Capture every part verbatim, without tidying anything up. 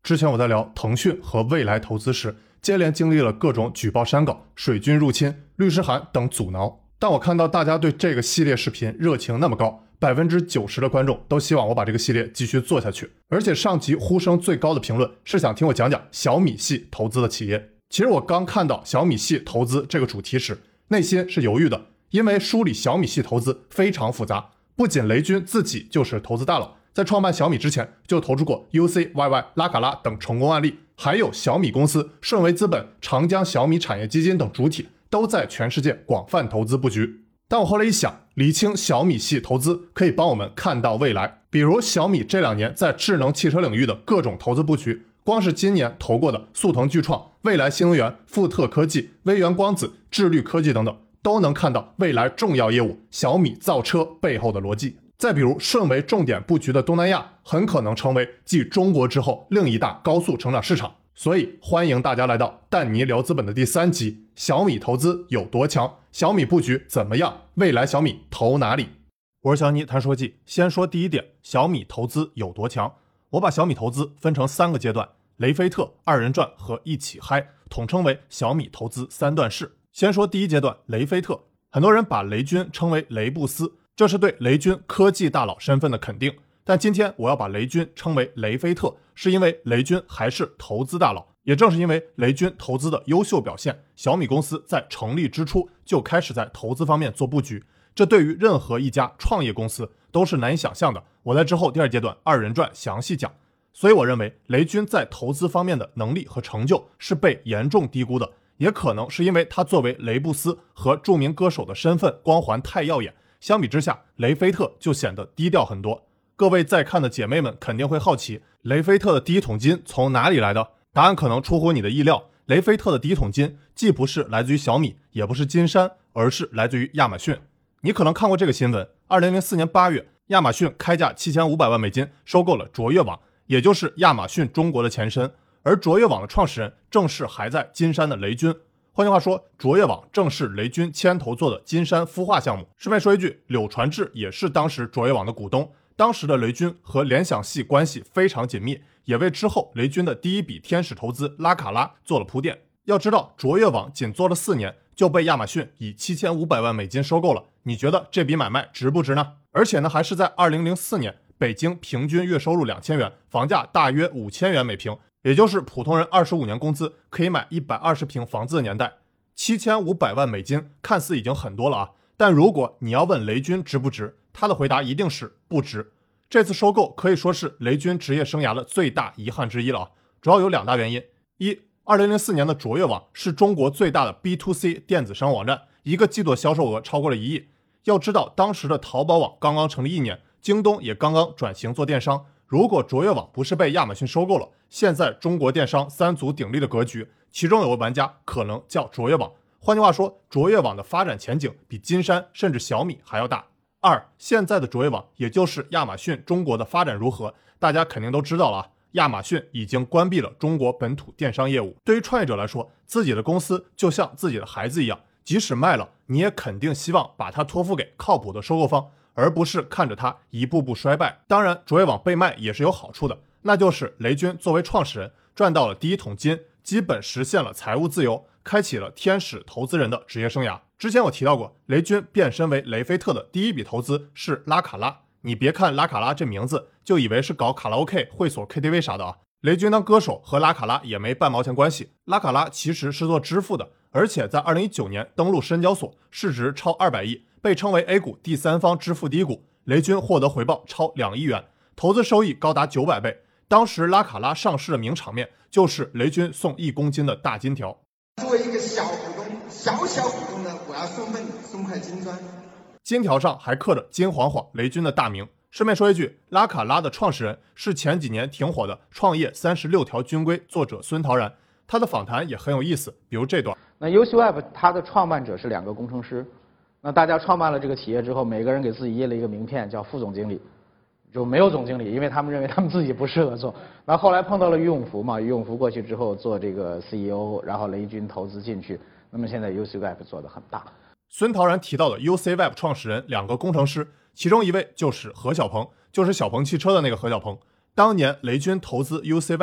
之前我在聊腾讯和未来投资时，接连经历了各种举报删稿、水军入侵、律师函等阻挠。但我看到大家对这个系列视频热情那么高， 百分之九十 的观众都希望我把这个系列继续做下去。而且上集呼声最高的评论是想听我讲讲小米系投资的企业。其实我刚看到小米系投资这个主题时，内心是犹豫的，因为梳理小米系投资非常复杂。不仅雷军自己就是投资大佬，在创办小米之前就投资过 U C Y Y、 拉卡拉等成功案例，还有小米公司、顺为资本、长江小米产业基金等主体都在全世界广泛投资布局。但我后来一想，理清小米系投资可以帮我们看到未来。比如小米这两年在智能汽车领域的各种投资布局，光是今年投过的速腾巨创、未来新能源、富特科技、微源光子、智律科技等等，都能看到未来重要业务小米造车背后的逻辑。再比如顺为重点布局的东南亚，很可能成为继中国之后另一大高速成长市场。所以欢迎大家来到但尼聊资本的第三集，小米投资有多强？小米布局怎么样？未来小米投哪里？我是小尼谈科技。先说第一点，小米投资有多强？我把小米投资分成三个阶段，雷菲特、二人转和一起嗨，统称为小米投资三段式。先说第一阶段，雷菲特。很多人把雷军称为雷布斯，这是对雷军科技大佬身份的肯定。但今天我要把雷军称为雷菲特，是因为雷军还是投资大佬。也正是因为雷军投资的优秀表现，小米公司在成立之初就开始在投资方面做布局，这对于任何一家创业公司都是难以想象的。我在之后第二阶段二人转详细讲。所以我认为雷军在投资方面的能力和成就是被严重低估的，也可能是因为他作为雷布斯和著名歌手的身份光环太耀眼，相比之下雷菲特就显得低调很多。各位在看的姐妹们肯定会好奇，雷菲特的第一桶金从哪里来的？答案可能出乎你的意料，雷菲特的第一桶金既不是来自于小米，也不是金山，而是来自于亚马逊。你可能看过这个新闻，二零零四年八月，亚马逊开价七千五百万美金收购了卓越网，也就是亚马逊中国的前身。而卓越网的创始人正是还在金山的雷军。换句话说，卓越网正是雷军牵头做的金山孵化项目。顺便说一句，柳传志也是当时卓越网的股东。当时的雷军和联想系关系非常紧密，也为之后雷军的第一笔天使投资拉卡拉做了铺垫。要知道，卓越网仅做了四年就被亚马逊以七千五百万美金收购了，你觉得这笔买卖值不值呢？而且呢，还是在二零零四年，北京平均月收入两千元，房价大约五千元每平，也就是普通人二十五年工资可以买一百二十平房子的年代。七千五百万美金看似已经很多了啊，但如果你要问雷军值不值，他的回答一定是不值。这次收购可以说是雷军职业生涯的最大遗憾之一了啊，主要有两大原因。一，二零零四年的卓越网是中国最大的 B to C 电子商务网站，一个季度销售额超过了一亿。要知道，当时的淘宝网刚刚成立一年，京东也刚刚转型做电商。如果卓越网不是被亚马逊收购了，现在中国电商三足鼎立的格局，其中有个玩家可能叫卓越网。换句话说，卓越网的发展前景比金山甚至小米还要大。二，现在的卓越网也就是亚马逊中国的发展如何，大家肯定都知道了啊。亚马逊已经关闭了中国本土电商业务。对于创业者来说，自己的公司就像自己的孩子一样，即使卖了，你也肯定希望把它托付给靠谱的收购方，而不是看着它一步步衰败。当然，卓越网被卖也是有好处的，那就是雷军作为创始人赚到了第一桶金，基本实现了财务自由，开启了天使投资人的职业生涯。之前我提到过，雷军变身为雷菲特的第一笔投资是拉卡拉。你别看拉卡拉这名字就以为是搞卡拉 OK 会所 K T V 啥的啊，雷军当歌手和拉卡拉也没半毛钱关系。拉卡拉其实是做支付的，而且在二零一九年登陆深交所，市值超二百亿，被称为 A 股第三方支付第一股。雷军获得回报超两亿元，投资收益高达九百倍。当时拉卡拉上市的名场面就是雷军送一公斤的大金条。 作为一个小股东，小小股东呢，我要送份送块金砖。 金条上还刻着金晃晃雷军的大名。顺便说一句，拉卡拉的创始人是前几年挺火的创业三十六条军规作者孙陶然，他的访谈也很有意思，比如这段。 那 U C Web 它的创办者是两个工程师，那大家创办了这个企业之后，每个人给自己印了一个名片叫副总经理，就没有总经理，因为他们认为他们自己不适合做。然后后来碰到了俞永福嘛，俞永福过去之后做这个 C E O， 然后雷军投资进去，那么现在 U C Web 做得很大。 孙陶然提到的 U C Web 创始人两个工程师，其中一位就是何小鹏，就是小鹏汽车的那个何小鹏。当年雷军投资 U C Web，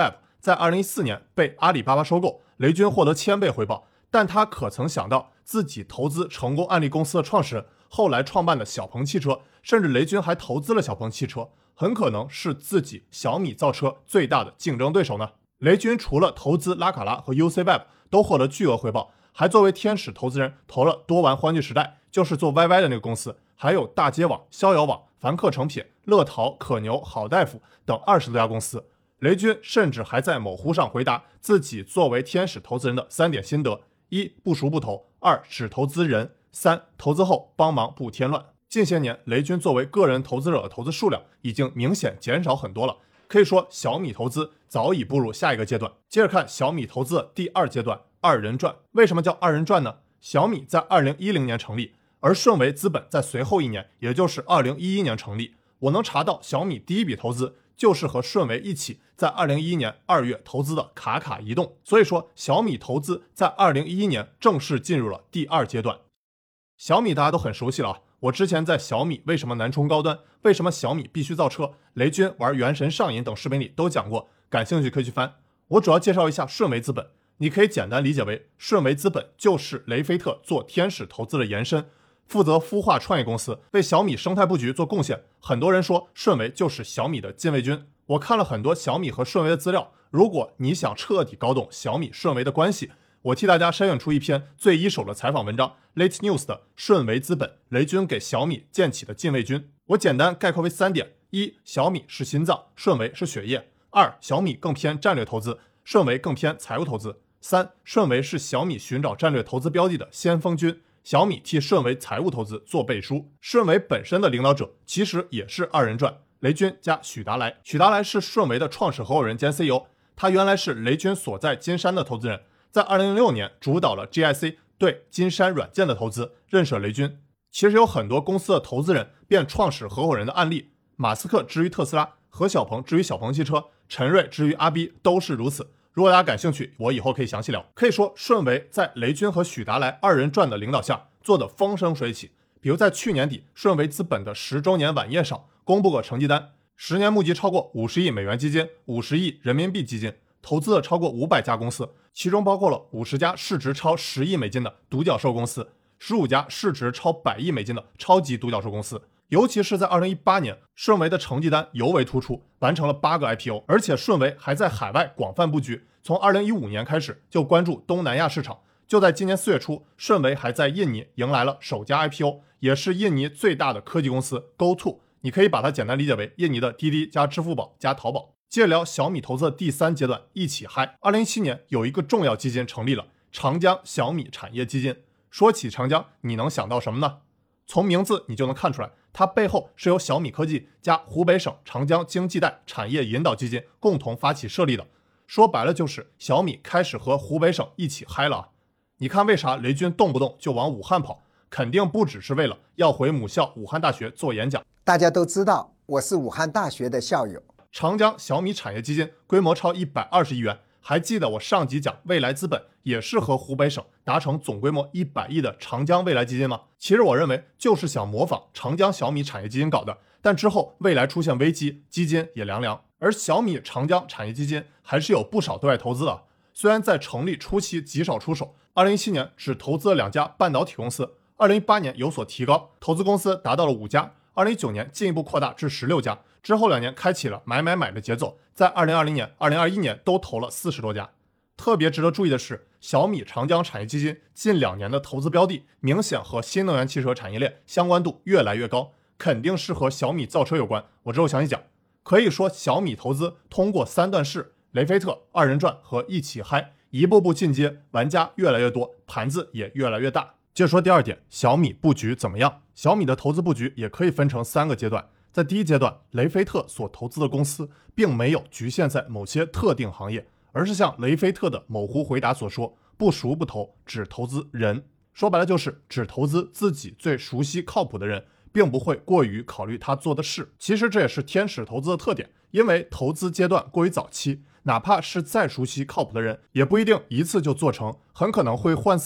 在二零一四年被阿里巴巴收购，雷军获得千倍回报，但他可曾想到自己投资成功案例公司的创始人，后来创办的小鹏汽车，甚至雷军还投资了小鹏汽车，很可能是自己小米造车最大的竞争对手呢？雷军除了投资拉卡拉和 U C Web 都获得巨额回报，还作为天使投资人投了多玩欢聚时代，就是做 Y Y 的那个公司，还有大街网、逍遥网、凡客诚品、乐淘、可牛、好大夫等二十多家公司。雷军甚至还在某乎上回答自己作为天使投资人的三点心得：一、不熟不投；二、只投资人；三、投资后帮忙不添乱。近些年，雷军作为个人投资者的投资数量已经明显减少很多了，可以说小米投资早已步入下一个阶段。接着看小米投资的第二阶段，二人转。为什么叫二人转呢？小米在二零一零年成立，而顺为资本在随后一年，也就是二零一一年成立。我能查到小米第一笔投资就是和顺为一起在二零一一年二月投资的卡卡移动，所以说小米投资在二零一一年正式进入了第二阶段。小米大家都很熟悉了啊，我之前在小米为什么难冲高端，为什么小米必须造车，雷军玩原神上瘾等视频里都讲过，感兴趣可以去翻。我主要介绍一下顺为资本，你可以简单理解为顺为资本就是雷菲特做天使投资的延伸，负责孵化创业公司，为小米生态布局做贡献。很多人说顺为就是小米的禁卫军，我看了很多小米和顺为的资料，如果你想彻底搞懂小米顺为的关系，我替大家筛选出一篇最一手的采访文章 Late News 的顺为资本，雷军给小米建起的禁卫军。我简单概括为三点：一、小米是心脏，顺为是血液；二、小米更偏战略投资，顺为更偏财务投资；三、顺为是小米寻找战略投资标的的先锋军，小米替顺为财务投资做背书。顺为本身的领导者其实也是二人转，雷军加许达来。许达来是顺为的创始合伙人兼 C E O， 他原来是雷军所在金山的投资人，在二零零六年主导了 G I C 对金山软件的投资，认识了雷军。其实有很多公司的投资人变创始合伙人的案例，马斯克之于特斯拉，何小鹏之于小鹏汽车，陈瑞之于阿 B 都是如此。如果大家感兴趣，我以后可以详细聊。可以说顺为在雷军和许达来二人转的领导下做得风生水起。比如在去年底顺为资本的十周年晚宴上公布过成绩单，十年募集超过五十亿美元基金，五十亿人民币基金，投资了超过五百家公司，其中包括了五十家市值超十亿美金的独角兽公司，十五家市值超百亿美金的超级独角兽公司。尤其是在二零一八年，顺为的成绩单尤为突出，完成了八个 I P O， 而且顺为还在海外广泛布局，从二零一五年开始就关注东南亚市场。就在今年四月初，顺为还在印尼迎来了首家 I P O， 也是印尼最大的科技公司 GoTo， 你可以把它简单理解为印尼的滴滴加支付宝加淘宝。接着聊小米投资的第三阶段，一起嗨。二零一七年有一个重要基金成立了，长江小米产业基金。说起长江，你能想到什么呢？从名字你就能看出来，它背后是由小米科技加湖北省长江经济带产业引导基金共同发起设立的。说白了就是小米开始和湖北省一起嗨了啊！你看为啥雷军动不动就往武汉跑？肯定不只是为了要回母校武汉大学做演讲。 大家都知道我是武汉大学的校友。 长江小米产业基金规模超一百二十亿元，还记得我上集讲未来资本也是和湖北省达成总规模一百亿的长江未来基金吗？其实我认为就是想模仿长江小米产业基金搞的，但之后未来出现危机，基金也凉凉。而小米长江产业基金还是有不少对外投资的，虽然在成立初期极少出手，二零一七年只投资了两家半导体公司，二零一八年有所提高，投资公司达到了五家，二零一九年进一步扩大至十六家，之后两年开启了买买买的节奏，在二零二零年、二零二一年都投了四十多家。特别值得注意的是，小米长江产业基金近两年的投资标的明显和新能源汽车产业链相关度越来越高，肯定是和小米造车有关，我之后详细讲。可以说小米投资通过三段式雷菲特、二人转和一起嗨，一步步进阶，玩家越来越多，盘子也越来越大。接着说第二点，小米布局怎么样？小米的投资布局也可以分成三个阶段。在第一阶段，雷菲特所投资的公司并没有局限在某些特定行业，而是像雷菲特的某乎回答所说，不熟不投，只投资人。说白了就是只投资自己最熟悉靠谱的人，并不会过于考虑他做的事。其实这也是天使投资的特点，因为投资阶段过于早期，哪怕是再熟悉靠谱的人，也不一定一次就做成，很可能会换赛道。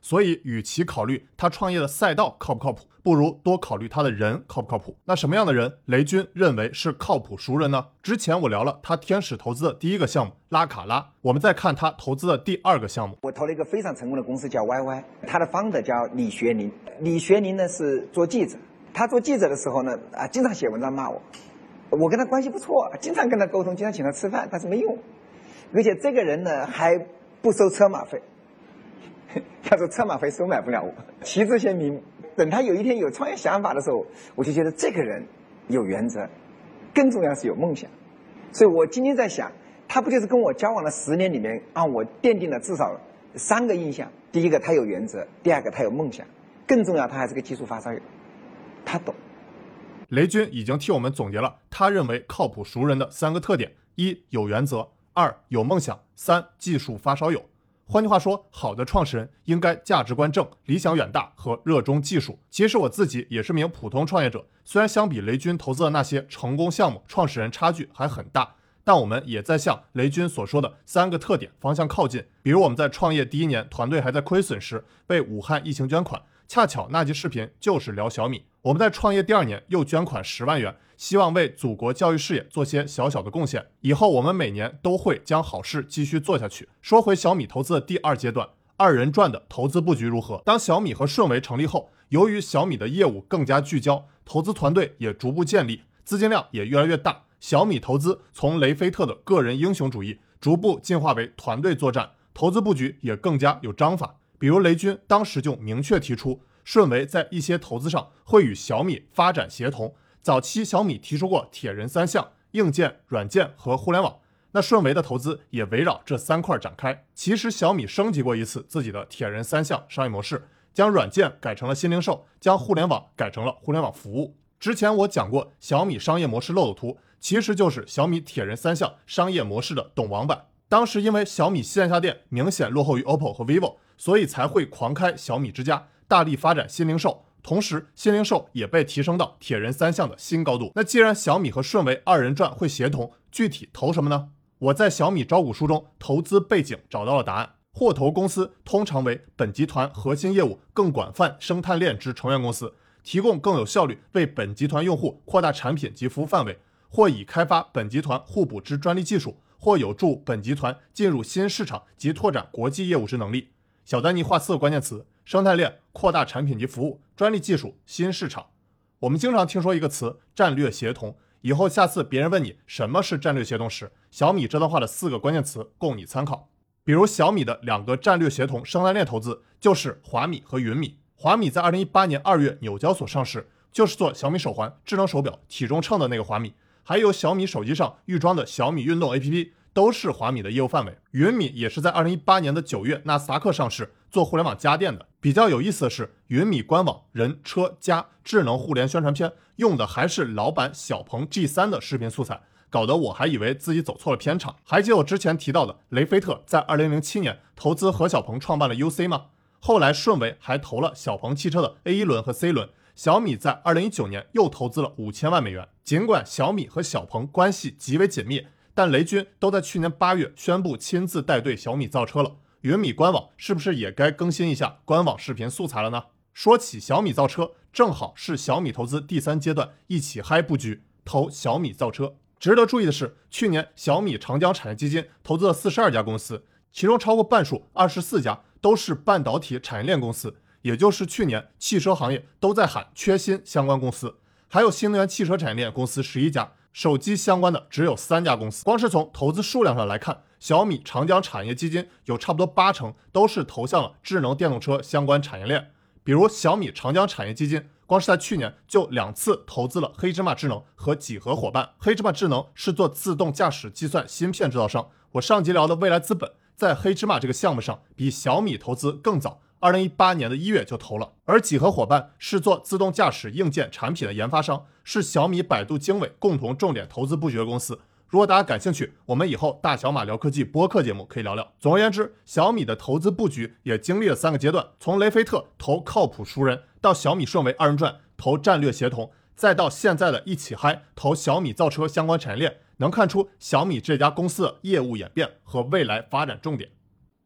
所以与其考虑他创业的赛道靠不靠谱，不如多考虑他的人靠不靠谱。那什么样的人雷军认为是靠谱熟人呢？之前我聊了他天使投资的第一个项目拉卡拉，我们再看他投资的第二个项目。 我投了一个非常成功的公司叫 Y Y， 他的 founder 叫李学林。李学林呢是做记者，他做记者的时候呢啊，经常写文章骂我，我跟他关系不错，经常跟他沟通，经常请他吃饭，但是没用。而且这个人呢还不收车马费，他说车马费收买不了我，旗帜鲜明。等他有一天有创业想法的时候，我就觉得这个人有原则，更重要是有梦想。所以我今天在想，他不就是跟我交往了十年里面，让我奠定了至少三个印象：第一个他有原则，第二个他有梦想，更重要他还是个技术发烧友，他懂。 雷军已经替我们总结了他认为靠谱熟人的三个特点：一、有原则；二、有梦想；三、技术发烧友。换句话说，好的创始人应该价值观正、理想远大和热衷技术。其实我自己也是名普通创业者，虽然相比雷军投资的那些成功项目，创始人差距还很大，但我们也在向雷军所说的三个特点方向靠近。比如我们在创业第一年，团队还在亏损时，为武汉疫情捐款，恰巧那集视频就是聊小米。我们在创业第二年又捐款十万元，希望为祖国教育事业做些小小的贡献。以后我们每年都会将好事继续做下去。说回小米投资的第二阶段，二人转的投资布局如何？当小米和顺为成立后，由于小米的业务更加聚焦，投资团队也逐步建立，资金量也越来越大。小米投资从雷菲特的个人英雄主义逐步进化为团队作战，投资布局也更加有章法。比如雷军当时就明确提出，顺为在一些投资上会与小米发展协同。早期小米提出过铁人三项：硬件、软件和互联网。那顺为的投资也围绕这三块展开。其实小米升级过一次自己的铁人三项商业模式，将软件改成了新零售，将互联网改成了互联网服务。之前我讲过小米商业模式漏斗图，其实就是小米铁人三项商业模式的懂王版。当时因为小米线下店明显落后于 O P P O 和 vivo， 所以才会狂开小米之家，大力发展新零售。同时新零售也被提升到铁人三项的新高度。那既然小米和顺为二人转会协同，具体投什么呢？我在小米招股书中投资背景找到了答案。获投公司通常为本集团核心业务更广泛生态链之成员公司，提供更有效率为本集团用户扩大产品及服务范围，或已开发本集团互补之专利技术，或有助本集团进入新市场及拓展国际业务之能力。小丹尼画四个关键词：生态链、扩大产品及服务、专利技术、新市场。我们经常听说一个词战略协同，以后下次别人问你什么是战略协同时，小米这段话的四个关键词供你参考。比如小米的两个战略协同生态链投资就是华米和云米。华米在二零一八年二月纽交所上市，就是做小米手环、智能手表、体重秤的那个华米，还有小米手机上预装的小米运动 A P P，都是华米的业务范围。云米也是在二零一八年的九月纳斯达克上市，做互联网家电的。比较有意思的是，云米官网、人、车、家智能互联宣传片用的还是老版小鹏 G 三 的视频素材，搞得我还以为自己走错了片场。还记得我之前提到的雷菲特在二零零七年投资何小鹏创办了 U C 吗？后来顺为还投了小鹏汽车的 A 一轮和 C 轮。小米在二零一九年又投资了五千万美元。尽管小米和小鹏关系极为紧密，但雷军都在去年八月宣布亲自带队小米造车了。云米官网是不是也该更新一下官网视频素材了呢？说起小米造车，正好是小米投资第三阶段一起嗨布局，投小米造车。值得注意的是，去年小米长江产业基金投资了四十二家公司，其中超过半数二十四家都是半导体产业链公司，也就是去年汽车行业都在喊缺芯相关公司。还有新能源汽车产业链公司十一家，手机相关的只有三家公司。光是从投资数量上来看，小米长江产业基金有差不多八成都是投向了智能电动车相关产业链。比如小米长江产业基金光是在去年就两次投资了黑芝麻智能和几何伙伴。黑芝麻智能是做自动驾驶计算芯片制造商，我上集聊的未来资本在黑芝麻这个项目上比小米投资更早，二零一八年的一月就投了。而几何伙伴是做自动驾驶硬件产品的研发商，是小米、百度、经纬共同重点投资布局的公司。如果大家感兴趣，我们以后大小马聊科技播客节目可以聊聊。总而言之，小米的投资布局也经历了三个阶段，从雷菲特投靠谱熟人，到小米顺为二人转投战略协同，再到现在的一起嗨投小米造车相关产业链，能看出小米这家公司的业务演变和未来发展重点。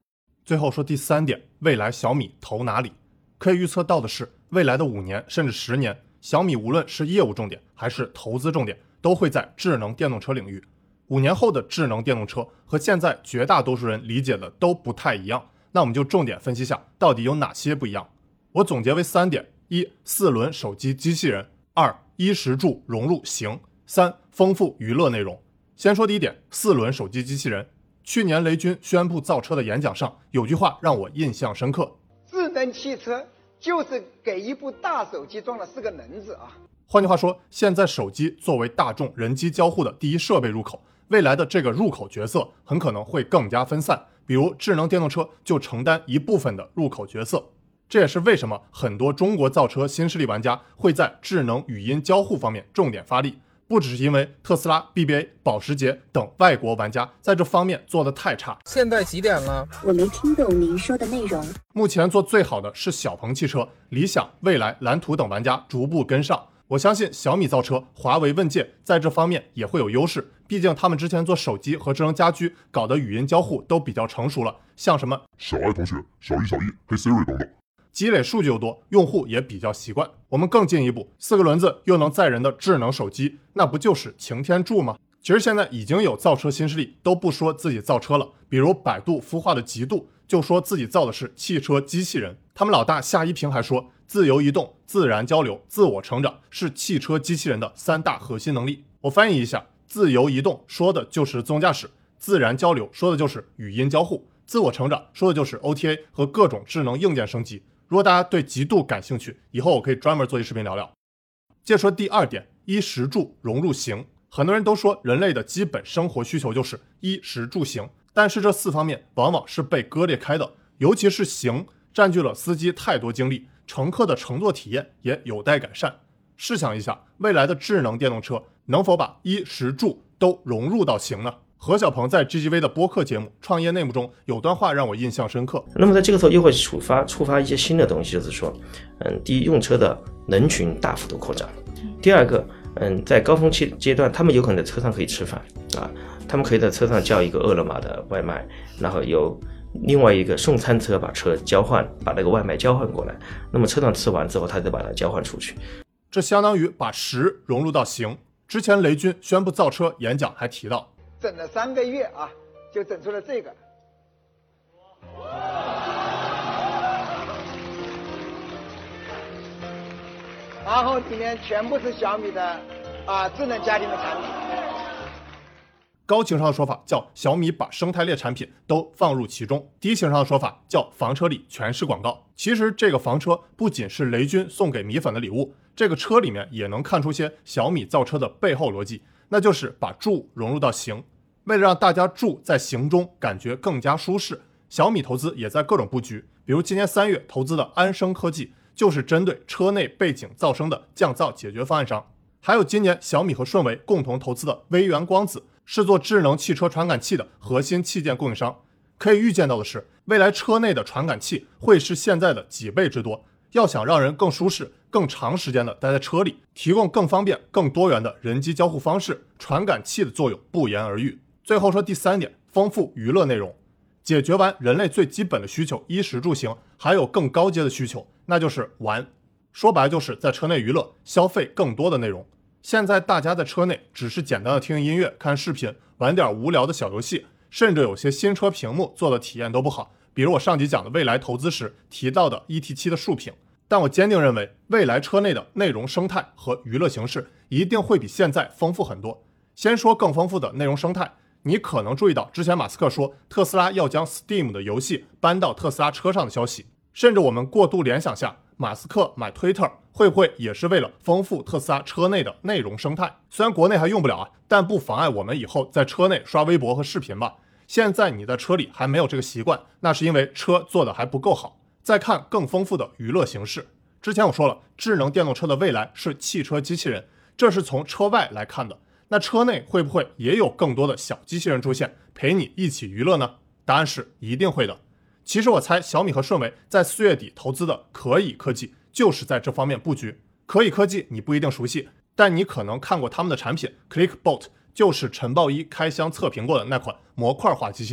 最后说第三点，未来小米投哪里？可以预测到的是，未来的五年甚至十年，小米无论是业务重点还是投资重点，都会在智能电动车领域。五年后的智能电动车和现在绝大多数人理解的都不太一样，那我们就重点分析下到底有哪些不一样。我总结为三点：一、四轮手机机器人；二、衣食住融入行；三、丰富娱乐内容。先说第一点，四轮手机机器人。去年雷军宣布造车的演讲上，有句话让我印象深刻： 智能汽车就是给一部大手机装了四个轮子啊。 换句话说，现在手机作为大众人机交互的第一设备入口，未来的这个入口角色很可能会更加分散，比如智能电动车就承担一部分的入口角色。这也是为什么很多中国造车新势力玩家会在智能语音交互方面重点发力，不只是因为特斯拉、B B A、保时捷等外国玩家在这方面做得太差。 现在几点了？ 我没听懂您说的内容。 目前做最好的是小鹏汽车、理想、蔚来、蓝图等玩家逐步跟上。我相信小米造车、华为问界在这方面也会有优势，毕竟他们之前做手机和智能家居搞的语音交互都比较成熟了，像什么小爱同学、小一、小一、嘿 Siri 等等。 积累数据又多，用户也比较习惯。我们更进一步，四个轮子又能载人的智能手机，那不就是擎天柱吗？其实现在已经有造车新势力都不说自己造车了，比如百度孵化的极度就说自己造的是汽车机器人。他们老大夏一平还说，自由移动、自然交流、自我成长是汽车机器人的三大核心能力。我翻译一下，自由移动说的就是自动驾驶，自然交流说的就是语音交互，自我成长说的就是 O T A 和各种智能硬件升级。如果大家对极度感兴趣，以后我可以专门做一视频聊聊。接着说第二点，衣食住融入行。很多人都说人类的基本生活需求就是衣食住行，但是这四方面往往是被割裂开的，尤其是行占据了司机太多精力，乘客的乘坐体验也有待改善。试想一下，未来的智能电动车能否把衣食住都融入到行呢？何小鹏在 G G V 的播客节目《创业内幕》中有段话让我印象深刻。 那么在这个时候又会触发触发一些新的东西，就是说，嗯，第一，用车的人群大幅度扩张；第二个，嗯，在高峰期阶段，他们有可能在车上可以吃饭啊，他们可以在车上叫一个饿了么的外卖，然后由另外一个送餐车把车交换，把那个外卖交换过来。那么车上吃完之后，他再把它交换出去。 这相当于把食融入到行。之前雷军宣布造车演讲还提到， 整了三个月啊，就整出了这个。然后里面全部是小米的啊智能家庭的产品。 高情商的说法叫小米把生态链产品都放入其中，低情商的说法叫房车里全是广告。其实这个房车不仅是雷军送给米粉的礼物，这个车里面也能看出些小米造车的背后逻辑，那就是把住融入到行。为了让大家住在行中感觉更加舒适，小米投资也在各种布局，比如今年三月投资的安声科技就是针对车内背景噪声的降噪解决方案商，还有今年小米和顺为共同投资的微源光子是做智能汽车传感器的核心器件供应商。可以预见到的是，未来车内的传感器会是现在的几倍之多。要想让人更舒适、更长时间的待在车里，提供更方便、更多元的人机交互方式，传感器的作用不言而喻。最后说第三点，丰富娱乐内容。解决完人类最基本的需求衣食住行，还有更高阶的需求，那就是玩。说白了就是在车内娱乐，消费更多的内容。现在大家在车内只是简单的听音乐、看视频、玩点无聊的小游戏，甚至有些新车屏幕做的体验都不好，比如我上集讲的未来投资时提到的 E T 七 的竖屏。但我坚定认为，未来车内的内容生态和娱乐形式一定会比现在丰富很多。先说更丰富的内容生态，你可能注意到之前马斯克说特斯拉要将 Steam 的游戏搬到特斯拉车上的消息，甚至我们过度联想下，马斯克买 Twitter 会不会也是为了丰富特斯拉车内的内容生态？虽然国内还用不了啊，但不妨碍我们以后在车内刷微博和视频吧。现在你在车里还没有这个习惯，那是因为车做的还不够好。再看更丰富的娱乐形式，之前我说了，智能电动车的未来是汽车机器人，这是从车外来看的。那车内会不会也有更多的小机器人出现，陪你一起娱乐呢？答案是一定会的。其实我猜小米和顺为在四月底投资的可以科技就是在这方面布局。可以科技你不一定熟悉，但你可能看过他们的产品 ClickBot， 就是陈豹一开箱测评过的那款模块化机器人。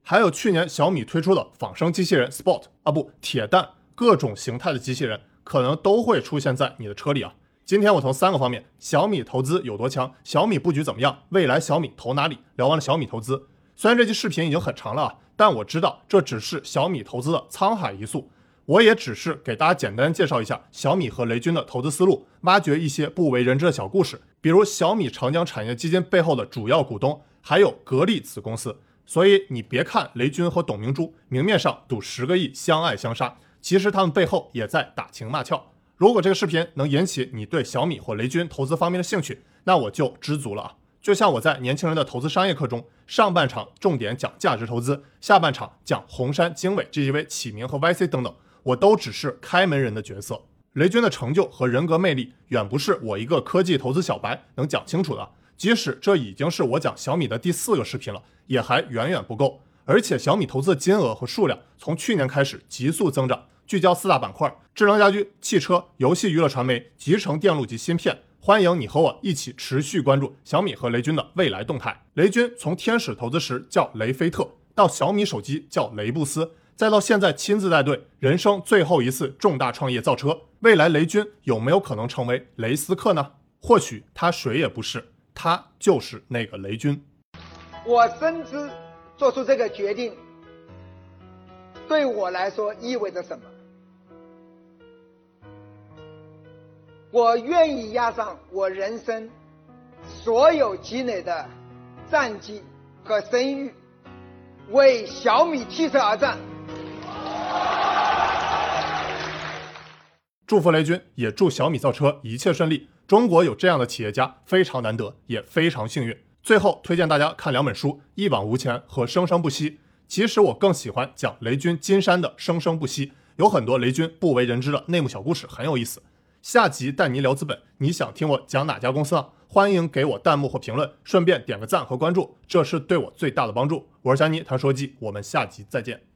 还有去年小米推出的仿生机器人 Spot 啊不铁蛋，各种形态的机器人可能都会出现在你的车里啊。今天我从三个方面，小米投资有多强，小米布局怎么样，未来小米投哪里，聊完了小米投资。虽然这期视频已经很长了啊，但我知道这只是小米投资的沧海一粟，我也只是给大家简单介绍一下小米和雷军的投资思路，挖掘一些不为人知的小故事，比如小米长江产业基金背后的主要股东，还有格力子公司。所以你别看雷军和董明珠明面上赌十个亿相爱相杀，其实他们背后也在打情骂俏。如果这个视频能引起你对小米或雷军投资方面的兴趣，那我就知足了啊。就像我在年轻人的投资商业课中，上半场重点讲价值投资，下半场讲红杉、经纬这几位启明和 Y C 等等，我都只是开门人的角色。雷军的成就和人格魅力远不是我一个科技投资小白能讲清楚的，即使这已经是我讲小米的第四个视频了，也还远远不够。而且小米投资的金额和数量从去年开始急速增长，聚焦四大板块：智能家居、汽车、游戏娱乐传媒、集成电路及芯片。欢迎你和我一起持续关注小米和雷军的未来动态。雷军从天使投资时叫雷菲特，到小米手机叫雷布斯，再到现在亲自带队人生最后一次重大创业造车。未来雷军有没有可能成为雷斯克呢？或许他谁也不是，他就是那个雷军。 我深知做出这个决定对我来说意味着什么。我愿意押上我人生所有积累的战绩和声誉，为小米汽车而战。 祝福雷军，也祝小米造车一切顺利。中国有这样的企业家非常难得，也非常幸运。最后推荐大家看两本书，《一往无前》和《生生不息》。其实我更喜欢讲雷军金山的《生生不息》，有很多雷军不为人知的内幕小故事，很有意思。下集带你聊资本，你想听我讲哪家公司啊？欢迎给我弹幕或评论，顺便点个赞和关注，这是对我最大的帮助。我是小尼，谈说机，我们下集再见。